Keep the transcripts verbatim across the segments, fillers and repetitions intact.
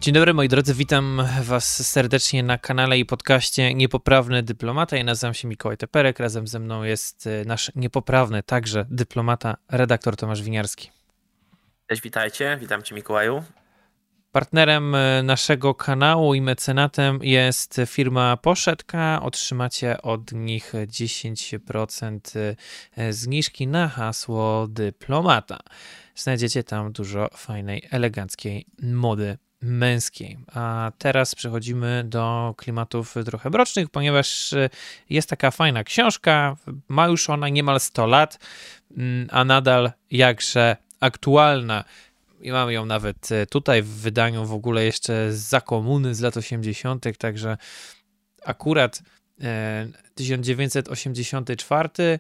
Dzień dobry moi drodzy, witam was serdecznie na kanale i podcaście Niepoprawny Dyplomata. Ja nazywam się Mikołaj Teperek, razem ze mną jest nasz niepoprawny także dyplomata, redaktor Tomasz Winiarski. Cześć, witajcie, witam cię Mikołaju. Partnerem naszego kanału i mecenatem jest firma Poszetka. Otrzymacie od nich dziesięć procent zniżki na hasło dyplomata. Znajdziecie tam dużo fajnej, eleganckiej mody męskiej. A teraz przechodzimy do klimatów trochę mrocznych, ponieważ jest taka fajna książka, ma już ona niemal sto lat, a nadal jakże aktualna. I mamy ją nawet tutaj w wydaniu w ogóle jeszcze za komuny z lat osiemdziesiątych, także akurat tysiąc dziewięćset osiemdziesiąty czwarty.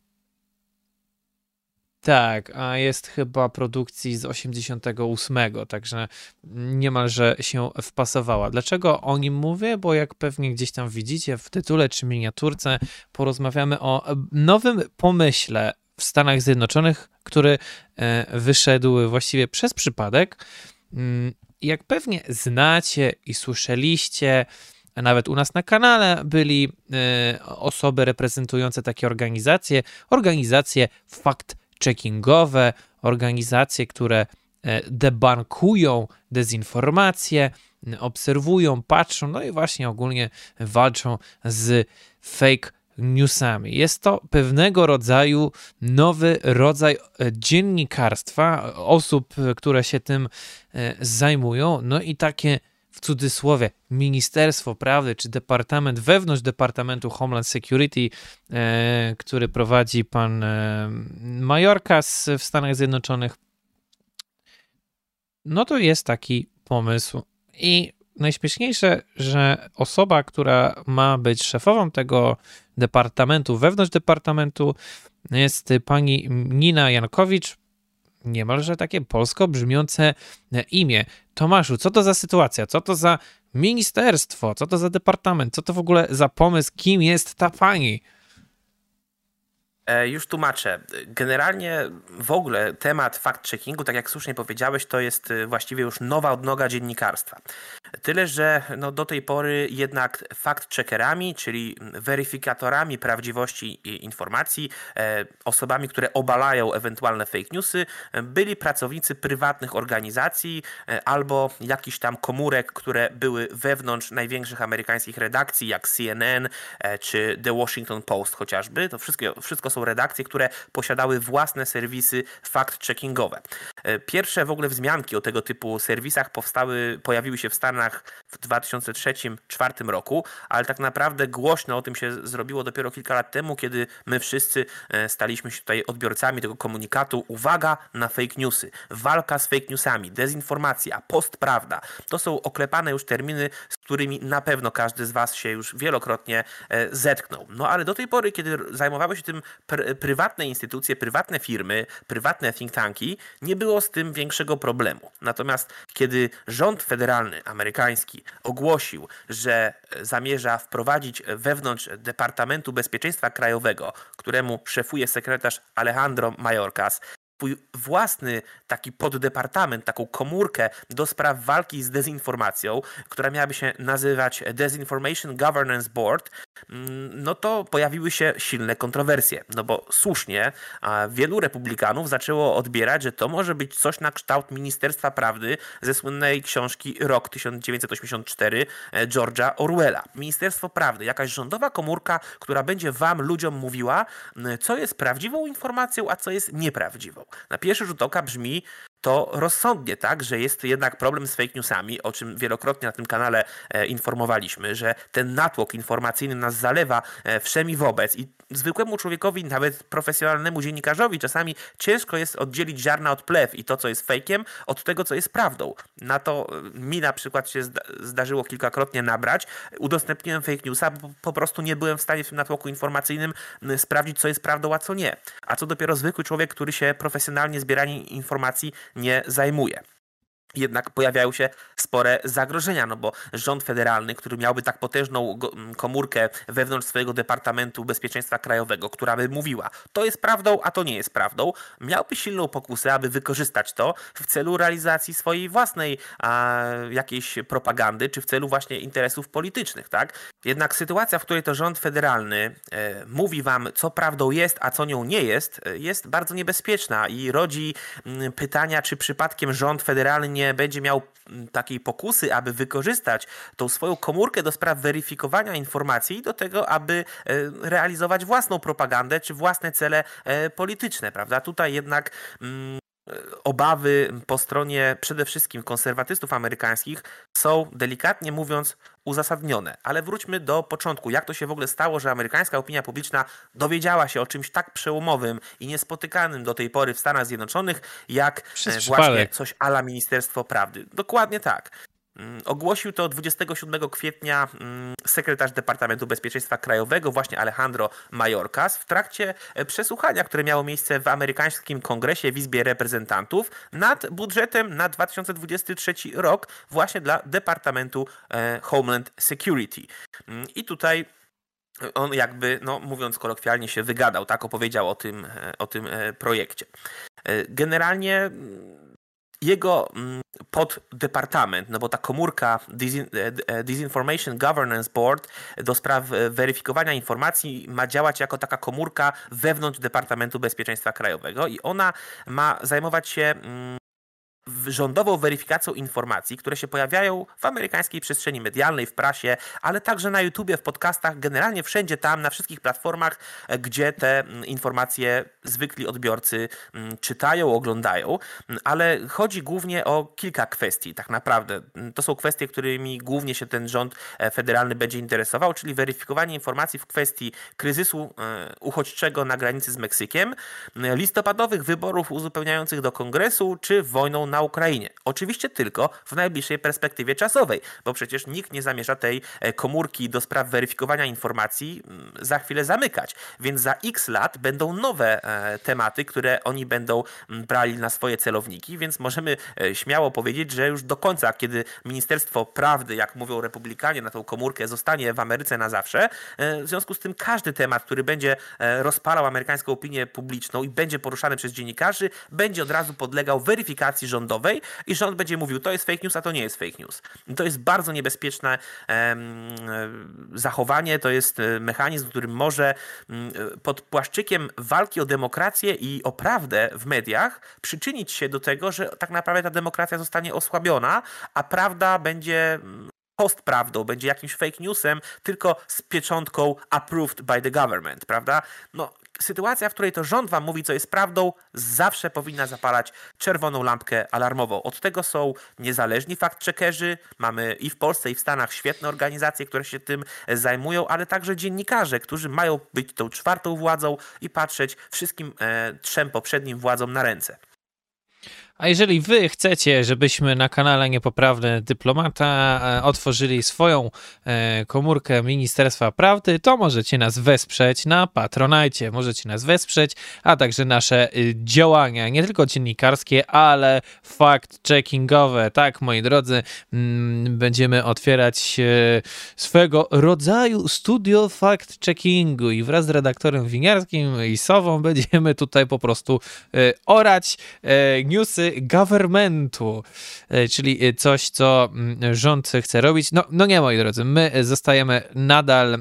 Tak, a jest chyba produkcji z osiemdziesiątego ósmego, także niemalże się wpasowała. Dlaczego o nim mówię? Bo jak pewnie gdzieś tam widzicie w tytule czy miniaturce, porozmawiamy o nowym pomyśle w Stanach Zjednoczonych, który wyszedł właściwie przez przypadek. Jak pewnie znacie i słyszeliście, a nawet u nas na kanale byli osoby reprezentujące takie organizacje, organizacje fact-checkingowe, organizacje, które debankują dezinformacje, obserwują, patrzą, no i właśnie ogólnie walczą z fake newsami. Jest to pewnego rodzaju nowy rodzaj dziennikarstwa, osób, które się tym zajmują, no i takie w cudzysłowie Ministerstwo Prawdy czy Departament wewnątrz Departamentu Homeland Security, e, który prowadzi pan e, Mayorkas w Stanach Zjednoczonych, no to jest taki pomysł. I najśmieszniejsze, że osoba, która ma być szefową tego departamentu, wewnątrz departamentu, jest pani Nina Jankowicz, niemalże takie polsko brzmiące imię. Tomaszu, co to za sytuacja? Co to za ministerstwo? Co to za departament? Co to w ogóle za pomysł? Kim jest ta pani? Już tłumaczę. Generalnie w ogóle temat fact-checkingu, tak jak słusznie powiedziałeś, to jest właściwie już nowa odnoga dziennikarstwa. Tyle, że no do tej pory jednak fact-checkerami, czyli weryfikatorami prawdziwości informacji, osobami, które obalają ewentualne fake newsy, byli pracownicy prywatnych organizacji albo jakichś tam komórek, które były wewnątrz największych amerykańskich redakcji, jak C N N czy The Washington Post chociażby. To wszystko, wszystko są redakcje, które posiadały własne serwisy fact-checkingowe. Pierwsze w ogóle wzmianki o tego typu serwisach powstały, pojawiły się w Stanach w dwa tysiące trzecim do dwa tysiące czwartym roku, ale tak naprawdę głośno o tym się zrobiło dopiero kilka lat temu, kiedy my wszyscy staliśmy się tutaj odbiorcami tego komunikatu. Uwaga na fake newsy, walka z fake newsami, dezinformacja, postprawda. To są oklepane już terminy, z którymi na pewno każdy z was się już wielokrotnie zetknął. No ale do tej pory, kiedy zajmowały się tym pr- prywatne instytucje, prywatne firmy, prywatne think tanki, nie było z tym większego problemu. Natomiast kiedy rząd federalny, amerykański, ogłosił, że zamierza wprowadzić wewnątrz Departamentu Bezpieczeństwa Krajowego, któremu szefuje sekretarz Alejandro Mayorkas, swój własny taki poddepartament, taką komórkę do spraw walki z dezinformacją, która miałaby się nazywać Disinformation Governance Board, no to pojawiły się silne kontrowersje. No bo słusznie wielu republikanów zaczęło odbierać, że to może być coś na kształt Ministerstwa Prawdy ze słynnej książki Rok tysiąc dziewięćset osiemdziesiąt cztery George'a Orwella. Ministerstwo Prawdy, jakaś rządowa komórka, która będzie wam, ludziom mówiła, co jest prawdziwą informacją, a co jest nieprawdziwą. Na pierwszy rzut oka brzmi to rozsądnie, tak, że jest jednak problem z fake newsami, o czym wielokrotnie na tym kanale e, informowaliśmy, że ten natłok informacyjny nas zalewa e, wszem i wobec i zwykłemu człowiekowi, nawet profesjonalnemu dziennikarzowi czasami ciężko jest oddzielić ziarna od plew i to, co jest fejkiem, od tego, co jest prawdą. Na to mi na przykład się zda- zdarzyło kilkakrotnie nabrać. Udostępniłem fake newsa, bo po prostu nie byłem w stanie w tym natłoku informacyjnym sprawdzić, co jest prawdą, a co nie. A co dopiero zwykły człowiek, który się profesjonalnie zbieraniem informacji nie zajmuje. jednak pojawiają się spore zagrożenia, no bo rząd federalny, który miałby tak potężną komórkę wewnątrz swojego Departamentu Bezpieczeństwa Krajowego, która by mówiła, to jest prawdą, a to nie jest prawdą, miałby silną pokusę, aby wykorzystać to w celu realizacji swojej własnej a, jakiejś propagandy, czy w celu właśnie interesów politycznych, tak? Jednak sytuacja, w której to rząd federalny e, mówi wam, co prawdą jest, a co nią nie jest, jest bardzo niebezpieczna i rodzi m, pytania, czy przypadkiem rząd federalny nie będzie miał takiej pokusy, aby wykorzystać tą swoją komórkę do spraw weryfikowania informacji do tego, aby realizować własną propagandę czy własne cele polityczne, prawda? Tutaj jednak mm, obawy po stronie przede wszystkim konserwatystów amerykańskich są, delikatnie mówiąc, uzasadnione. Ale wróćmy do początku. Jak to się w ogóle stało, że amerykańska opinia publiczna dowiedziała się o czymś tak przełomowym i niespotykanym do tej pory w Stanach Zjednoczonych, jak Przez właśnie przypadek. coś a la Ministerstwo Prawdy. Dokładnie tak. Ogłosił to dwudziestego siódmego kwietnia sekretarz Departamentu Bezpieczeństwa Krajowego, właśnie Alejandro Mayorkas, w trakcie przesłuchania, które miało miejsce w amerykańskim kongresie w Izbie Reprezentantów nad budżetem na dwa tysiące dwudziesty trzeci rok właśnie dla Departamentu Homeland Security. I tutaj on jakby, no mówiąc kolokwialnie, się wygadał, tak opowiedział o tym, o tym projekcie. Generalnie jego poddepartament, no bo ta komórka Disinformation Governance Board do spraw weryfikowania informacji ma działać jako taka komórka wewnątrz Departamentu Bezpieczeństwa Krajowego i ona ma zajmować się rządową weryfikacją informacji, które się pojawiają w amerykańskiej przestrzeni medialnej, w prasie, ale także na YouTubie, w podcastach, generalnie wszędzie tam, na wszystkich platformach, gdzie te informacje zwykli odbiorcy czytają, oglądają, ale chodzi głównie o kilka kwestii tak naprawdę. To są kwestie, którymi głównie się ten rząd federalny będzie interesował, czyli weryfikowanie informacji w kwestii kryzysu uchodźczego na granicy z Meksykiem, listopadowych wyborów uzupełniających do kongresu, czy wojną na Ukrainie. Oczywiście tylko w najbliższej perspektywie czasowej, bo przecież nikt nie zamierza tej komórki do spraw weryfikowania informacji za chwilę zamykać. Więc za x lat będą nowe tematy, które oni będą brali na swoje celowniki, więc możemy śmiało powiedzieć, że już do końca, kiedy Ministerstwo Prawdy, jak mówią republikanie, na tą komórkę zostanie w Ameryce na zawsze, w związku z tym każdy temat, który będzie rozpalał amerykańską opinię publiczną i będzie poruszany przez dziennikarzy, będzie od razu podlegał weryfikacji rządowej i rząd będzie mówił, to jest fake news, a to nie jest fake news. To jest bardzo niebezpieczne um, zachowanie, to jest mechanizm, który może um, pod płaszczykiem walki o demokrację i o prawdę w mediach przyczynić się do tego, że tak naprawdę ta demokracja zostanie osłabiona, a prawda będzie postprawdą, będzie jakimś fake newsem, tylko z pieczątką approved by the government, prawda? No, sytuacja, w której to rząd wam mówi, co jest prawdą, zawsze powinna zapalać czerwoną lampkę alarmową. Od tego są niezależni fact-checkerzy, mamy i w Polsce, i w Stanach świetne organizacje, które się tym zajmują, ale także dziennikarze, którzy mają być tą czwartą władzą i patrzeć wszystkim e, trzem poprzednim władzom na ręce. A jeżeli wy chcecie, żebyśmy na kanale Niepoprawny Dyplomata otworzyli swoją komórkę Ministerstwa Prawdy, to możecie nas wesprzeć na Patronite. Możecie nas wesprzeć, a także nasze działania, nie tylko dziennikarskie, ale fact-checkingowe. Tak, moi drodzy, będziemy otwierać swego rodzaju studio fact-checkingu i wraz z redaktorem Winiarskim i Sową będziemy tutaj po prostu orać newsy governmentu, czyli coś, co rząd chce robić. No, no nie, moi drodzy, my zostajemy nadal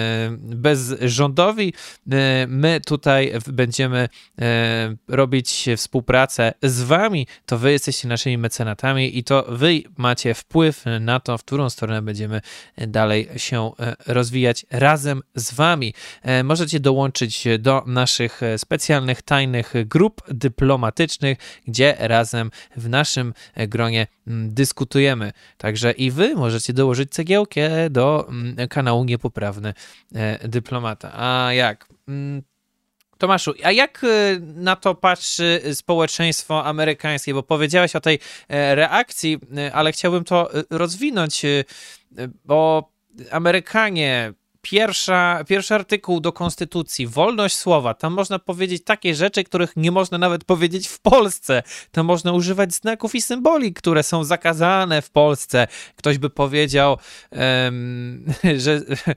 bezrządowi. My tutaj będziemy robić współpracę z wami, to wy jesteście naszymi mecenatami i to wy macie wpływ na to, w którą stronę będziemy dalej się rozwijać razem z wami. Możecie dołączyć do naszych specjalnych, tajnych grup dyplomatycznych, gdzie razem w naszym gronie dyskutujemy. Także i wy możecie dołożyć cegiełkę do kanału Niepoprawny Dyplomata. A jak? Tomaszu, a jak na to patrzy społeczeństwo amerykańskie? Bo powiedziałeś o tej reakcji, ale chciałbym to rozwinąć, bo Amerykanie pierwsza, pierwszy artykuł do Konstytucji, wolność słowa, tam można powiedzieć takie rzeczy, których nie można nawet powiedzieć w Polsce. Tam można używać znaków i symboli, które są zakazane w Polsce. Ktoś by powiedział, um, że...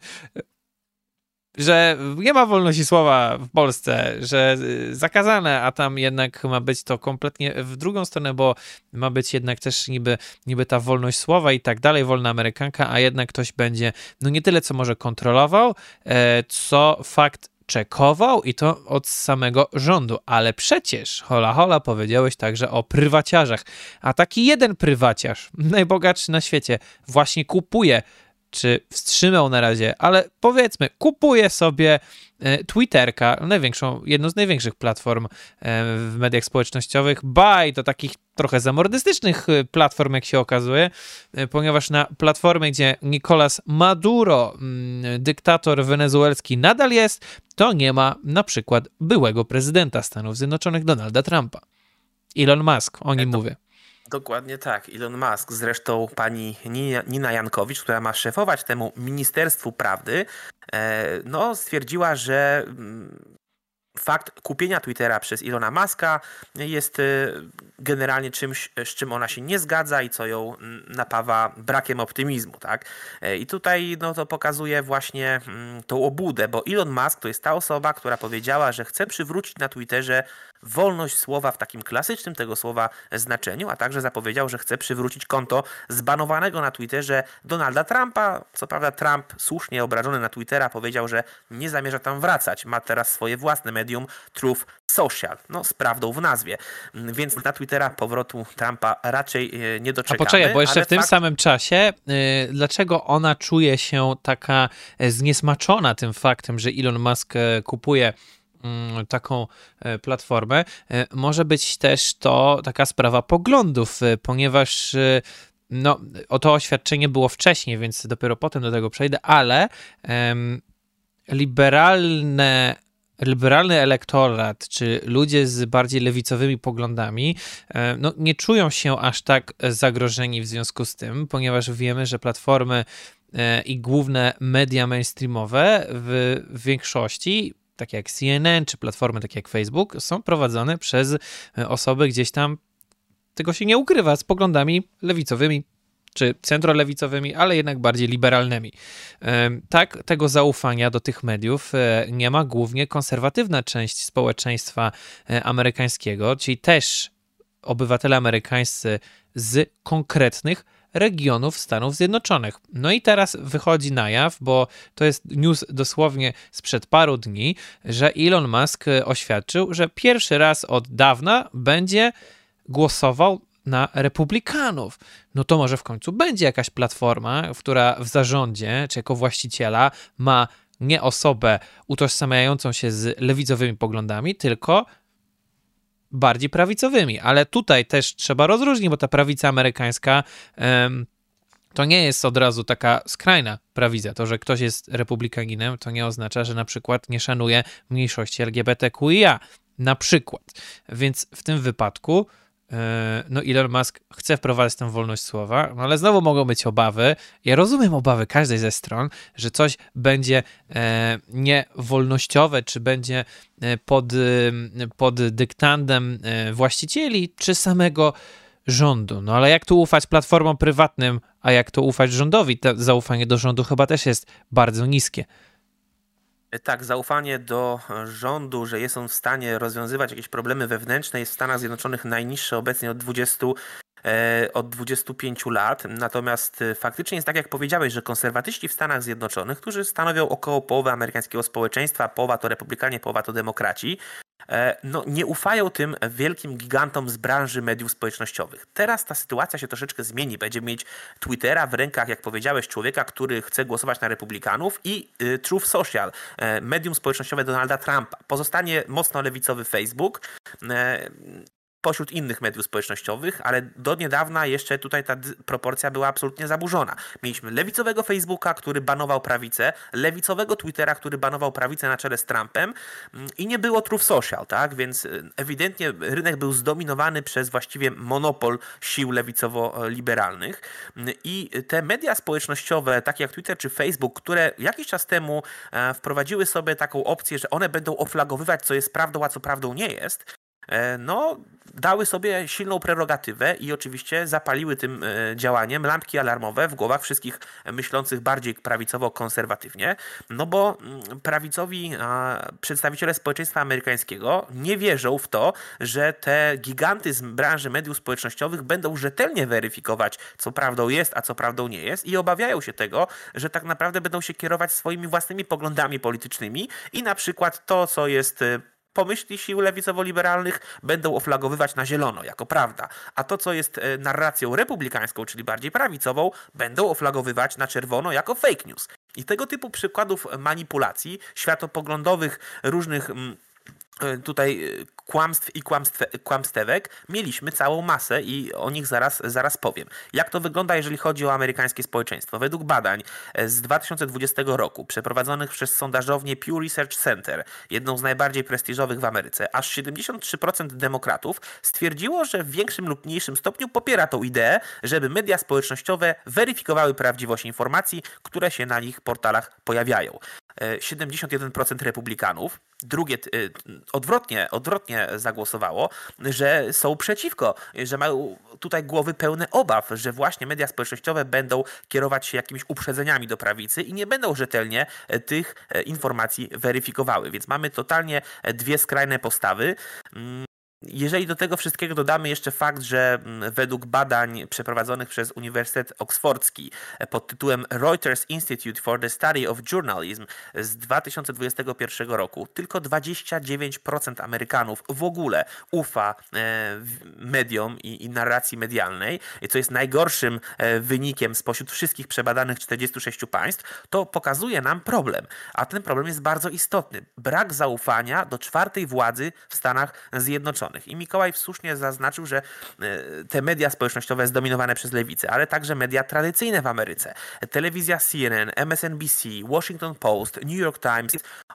że nie ma wolności słowa w Polsce, że zakazane, a tam jednak ma być to kompletnie w drugą stronę, bo ma być jednak też niby, niby ta wolność słowa i tak dalej, wolna amerykanka, a jednak ktoś będzie, no nie tyle co może kontrolował, co fakt czekował i to od samego rządu. Ale przecież, hola hola, powiedziałeś także o prywaciarzach, a taki jeden prywaciarz, najbogatszy na świecie, właśnie kupuje, czy wstrzymał na razie, ale powiedzmy, kupuje sobie Twitterka, największą, jedną z największych platform w mediach społecznościowych, ba i to takich trochę zamordystycznych platform, jak się okazuje, ponieważ na platformie, gdzie Nicolas Maduro, dyktator wenezuelski, nadal jest, to nie ma na przykład byłego prezydenta Stanów Zjednoczonych Donalda Trumpa. Elon Musk, o nim mówię. Dokładnie tak, Elon Musk. Zresztą pani Nina, Nina Jankowicz, która ma szefować temu Ministerstwu Prawdy, no stwierdziła, że fakt kupienia Twittera przez Elona Muska jest generalnie czymś, z czym ona się nie zgadza i co ją napawa brakiem optymizmu, tak? I tutaj no, to pokazuje właśnie tą obłudę, bo Elon Musk to jest ta osoba, która powiedziała, że chce przywrócić na Twitterze wolność słowa w takim klasycznym tego słowa znaczeniu, a także zapowiedział, że chce przywrócić konto zbanowanego na Twitterze Donalda Trumpa. Co prawda Trump, słusznie obrażony na Twittera, powiedział, że nie zamierza tam wracać. Ma teraz swoje własne medium Truth Social, no z prawdą w nazwie. Więc na Twittera powrotu Trumpa raczej nie doczekamy. A poczekaj, bo jeszcze w tym fakt... samym czasie, yy, dlaczego ona czuje się taka zniesmaczona tym faktem, że Elon Musk kupuje taką platformę, może być też to taka sprawa poglądów, ponieważ no, o to oświadczenie było wcześniej, więc dopiero potem do tego przejdę, ale um, liberalne liberalny elektorat, czy ludzie z bardziej lewicowymi poglądami, no, nie czują się aż tak zagrożeni w związku z tym, ponieważ wiemy, że platformy i główne media mainstreamowe w większości, takie jak C N N, czy platformy takie jak Facebook, są prowadzone przez osoby gdzieś tam, tego się nie ukrywa, z poglądami lewicowymi, czy centrolewicowymi, ale jednak bardziej liberalnymi. Tak, tego zaufania do tych mediów nie ma głównie konserwatywna część społeczeństwa amerykańskiego, czyli też obywatele amerykańscy z konkretnych regionów Stanów Zjednoczonych. No i teraz wychodzi na jaw, bo to jest news dosłownie sprzed paru dni, że Elon Musk oświadczył, że pierwszy raz od dawna będzie głosował na republikanów. No to może w końcu będzie jakaś platforma, która w zarządzie, czy jako właściciela ma nie osobę utożsamiającą się z lewicowymi poglądami, tylko bardziej prawicowymi. Ale tutaj też trzeba rozróżnić, bo ta prawica amerykańska um, to nie jest od razu taka skrajna prawica. To, że ktoś jest republikaninem, to nie oznacza, że na przykład nie szanuje mniejszości L G B T Q I A. Na przykład. Więc w tym wypadku no Elon Musk chce wprowadzić tę wolność słowa, no ale znowu mogą być obawy. Ja rozumiem obawy każdej ze stron, że coś będzie e, niewolnościowe, czy będzie pod, pod dyktandem właścicieli, czy samego rządu. No ale jak tu ufać platformom prywatnym, a jak tu ufać rządowi? To zaufanie do rządu chyba też jest bardzo niskie. Tak, zaufanie do rządu, że jest on w stanie rozwiązywać jakieś problemy wewnętrzne, jest w Stanach Zjednoczonych najniższe obecnie od dwudziestu, e, od dwudziestu pięciu lat. Natomiast faktycznie jest tak, jak powiedziałeś, że konserwatyści w Stanach Zjednoczonych, którzy stanowią około połowy amerykańskiego społeczeństwa, połowa to republikanie, połowa to demokraci, no, nie ufają tym wielkim gigantom z branży mediów społecznościowych. Teraz ta sytuacja się troszeczkę zmieni. Będziemy mieć Twittera w rękach, jak powiedziałeś, człowieka, który chce głosować na republikanów i y, Truth Social, y, medium społecznościowe Donalda Trumpa. Pozostanie mocno lewicowy Facebook. Y, spośród innych mediów społecznościowych, ale do niedawna jeszcze tutaj ta proporcja była absolutnie zaburzona. Mieliśmy lewicowego Facebooka, który banował prawicę, lewicowego Twittera, który banował prawicę na czele z Trumpem i nie było Truth Social, tak? Więc ewidentnie rynek był zdominowany przez właściwie monopol sił lewicowo-liberalnych i te media społecznościowe, takie jak Twitter czy Facebook, które jakiś czas temu wprowadziły sobie taką opcję, że one będą oflagowywać, co jest prawdą, a co prawdą nie jest, no, dały sobie silną prerogatywę i oczywiście zapaliły tym działaniem lampki alarmowe w głowach wszystkich myślących bardziej prawicowo-konserwatywnie, no bo prawicowi przedstawiciele społeczeństwa amerykańskiego nie wierzą w to, że te giganty z branży mediów społecznościowych będą rzetelnie weryfikować, co prawdą jest, a co prawdą nie jest i obawiają się tego, że tak naprawdę będą się kierować swoimi własnymi poglądami politycznymi i na przykład to, co jest pomyśli sił lewicowo-liberalnych, będą oflagowywać na zielono jako prawda, a to, co jest narracją republikańską, czyli bardziej prawicową, będą oflagowywać na czerwono jako fake news. I tego typu przykładów manipulacji światopoglądowych, różnych tutaj kłamstw i kłamstw, kłamstewek mieliśmy całą masę i o nich zaraz, zaraz powiem. Jak to wygląda, jeżeli chodzi o amerykańskie społeczeństwo? Według badań z dwa tysiące dwudziestego roku przeprowadzonych przez sondażownię Pew Research Center, jedną z najbardziej prestiżowych w Ameryce, aż siedemdziesiąt trzy procent demokratów stwierdziło, że w większym lub mniejszym stopniu popiera tą ideę, żeby media społecznościowe weryfikowały prawdziwość informacji, które się na ich portalach pojawiają. siedemdziesiąt jeden procent republikanów, drugie odwrotnie, odwrotnie zagłosowało, że są przeciwko, że mają tutaj głowy pełne obaw, że właśnie media społecznościowe będą kierować się jakimiś uprzedzeniami do prawicy i nie będą rzetelnie tych informacji weryfikowały. Więc mamy totalnie dwie skrajne postawy. Jeżeli do tego wszystkiego dodamy jeszcze fakt, że według badań przeprowadzonych przez Uniwersytet Oksfordzki pod tytułem Reuters Institute for the Study of Journalism z dwa tysiące dwudziestego pierwszego roku tylko dwadzieścia dziewięć procent Amerykanów w ogóle ufa mediom i, i narracji medialnej, co jest najgorszym wynikiem spośród wszystkich przebadanych czterdziestu sześciu państw, to pokazuje nam problem. A ten problem jest bardzo istotny. Brak zaufania do czwartej władzy w Stanach Zjednoczonych. I Mikołaj słusznie zaznaczył, że te media społecznościowe zdominowane przez lewicę, ale także media tradycyjne w Ameryce. Telewizja C N N, M S N B C, Washington Post, New York Times,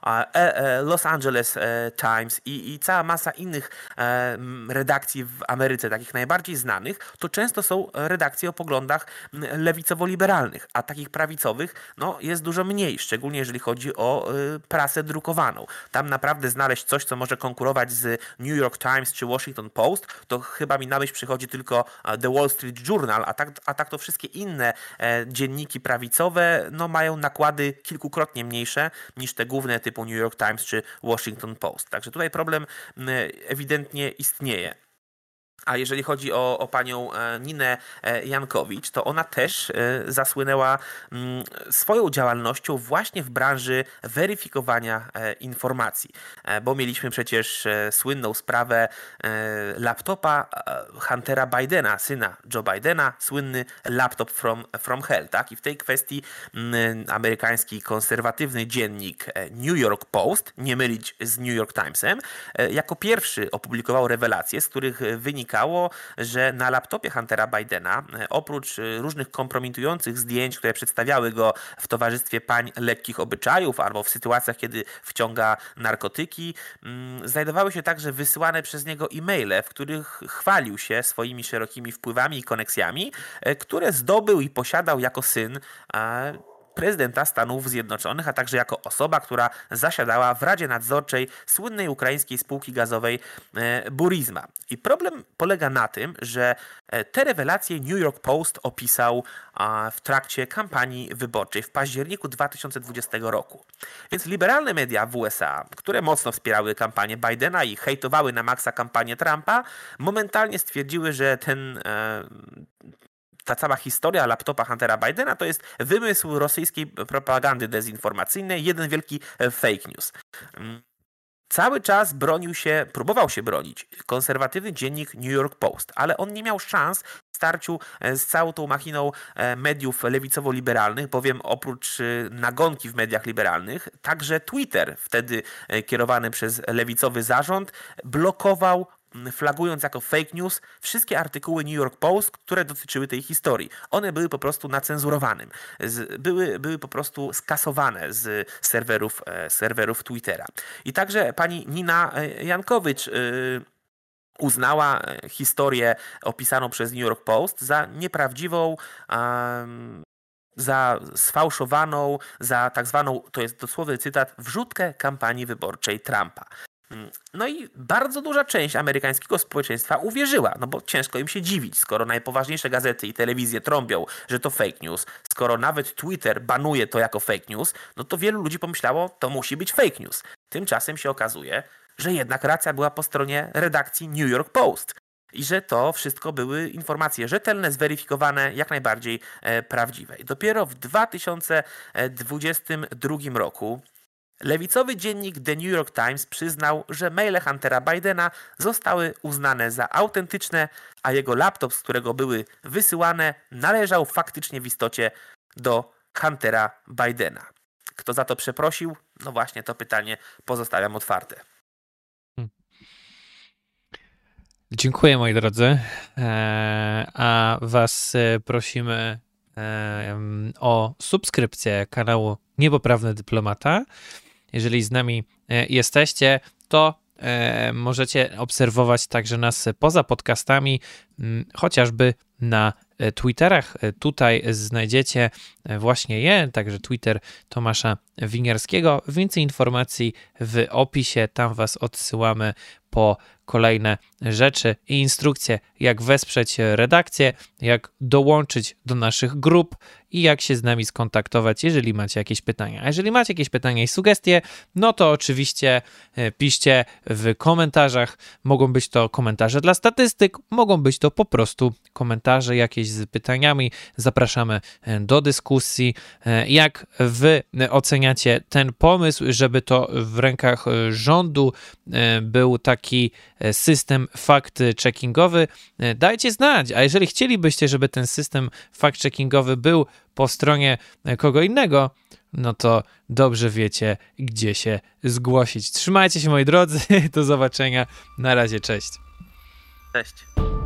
Los Angeles Times i, i cała masa innych redakcji w Ameryce, takich najbardziej znanych, to często są redakcje o poglądach lewicowo-liberalnych, a takich prawicowych no, jest dużo mniej, szczególnie jeżeli chodzi o prasę drukowaną. Tam naprawdę znaleźć coś, co może konkurować z New York Times czy Washington Post, to chyba mi na myśl przychodzi tylko The Wall Street Journal, a tak, a tak to wszystkie inne e, dzienniki prawicowe no, mają nakłady kilkukrotnie mniejsze niż te główne typu New York Times czy Washington Post. Także tutaj problem e, ewidentnie istnieje. A jeżeli chodzi o, o panią Ninę Jankowicz, to ona też zasłynęła swoją działalnością właśnie w branży weryfikowania informacji, bo mieliśmy przecież słynną sprawę laptopa Huntera Bidena, syna Joe Bidena, słynny laptop from, from hell, tak? I w tej kwestii amerykański konserwatywny dziennik New York Post, nie mylić z New York Timesem, jako pierwszy opublikował rewelacje, z których wynika, że na laptopie Huntera Bidena, oprócz różnych kompromitujących zdjęć, które przedstawiały go w towarzystwie pań lekkich obyczajów albo w sytuacjach, kiedy wciąga narkotyki, znajdowały się także wysyłane przez niego e-maile, w których chwalił się swoimi szerokimi wpływami i koneksjami, które zdobył i posiadał jako syn prezydenta Stanów Zjednoczonych, a także jako osoba, która zasiadała w Radzie Nadzorczej słynnej ukraińskiej spółki gazowej Burisma. I problem polega na tym, że te rewelacje New York Post opisał w trakcie kampanii wyborczej w październiku dwa tysiące dwudziestego roku. Więc liberalne media w U S A, które mocno wspierały kampanię Bidena i hejtowały na maksa kampanię Trumpa, momentalnie stwierdziły, że ten ta cała historia laptopa Huntera Bidena to jest wymysł rosyjskiej propagandy dezinformacyjnej, jeden wielki fake news. Cały czas bronił się, próbował się bronić konserwatywny dziennik New York Post, ale on nie miał szans w starciu z całą tą machiną mediów lewicowo-liberalnych, bowiem oprócz nagonki w mediach liberalnych, także Twitter, wtedy kierowany przez lewicowy zarząd, blokował flagując jako fake news wszystkie artykuły New York Post, które dotyczyły tej historii. One były po prostu na cenzurowanym. Z, były, były po prostu skasowane z serwerów, e, serwerów Twittera. I także pani Nina Jankowicz y, uznała historię opisaną przez New York Post za nieprawdziwą, um, za sfałszowaną, za tak zwaną, to jest dosłowny cytat, wrzutkę kampanii wyborczej Trumpa. No i bardzo duża część amerykańskiego społeczeństwa uwierzyła, no bo ciężko im się dziwić, skoro najpoważniejsze gazety i telewizje trąbią, że to fake news, skoro nawet Twitter banuje to jako fake news, no to wielu ludzi pomyślało, to musi być fake news. Tymczasem się okazuje, że jednak racja była po stronie redakcji New York Post i że to wszystko były informacje rzetelne, zweryfikowane, jak najbardziej e, prawdziwe. I dopiero w dwa tysiące dwudziestym drugim roku lewicowy dziennik The New York Times przyznał, że maile Huntera Bidena zostały uznane za autentyczne, a jego laptop, z którego były wysyłane, należał faktycznie w istocie do Huntera Bidena. Kto za to przeprosił? No właśnie, to pytanie pozostawiam otwarte. Dziękuję, moi drodzy, a was prosimy o subskrypcję kanału Niepoprawny Dyplomata. Jeżeli z nami jesteście, to możecie obserwować także nas poza podcastami, chociażby na Twitterach. Tutaj znajdziecie właśnie je, także Twitter Tomasza Winiarskiego. Więcej informacji w opisie, tam was odsyłamy po kolejne rzeczy i instrukcje, jak wesprzeć redakcję, jak dołączyć do naszych grup i jak się z nami skontaktować, jeżeli macie jakieś pytania. A jeżeli macie jakieś pytania i sugestie, no to oczywiście piszcie w komentarzach. Mogą być to komentarze dla statystyk, mogą być to po prostu komentarze jakieś z pytaniami. Zapraszamy do dyskusji. Jak wy oceniacie ten pomysł, żeby to w rękach rządu był taki system fact-checkingowy? Dajcie znać, a jeżeli chcielibyście, żeby ten system fact-checkingowy był po stronie kogo innego, no to dobrze wiecie, gdzie się zgłosić. Trzymajcie się, moi drodzy, do zobaczenia, na razie, cześć. Cześć.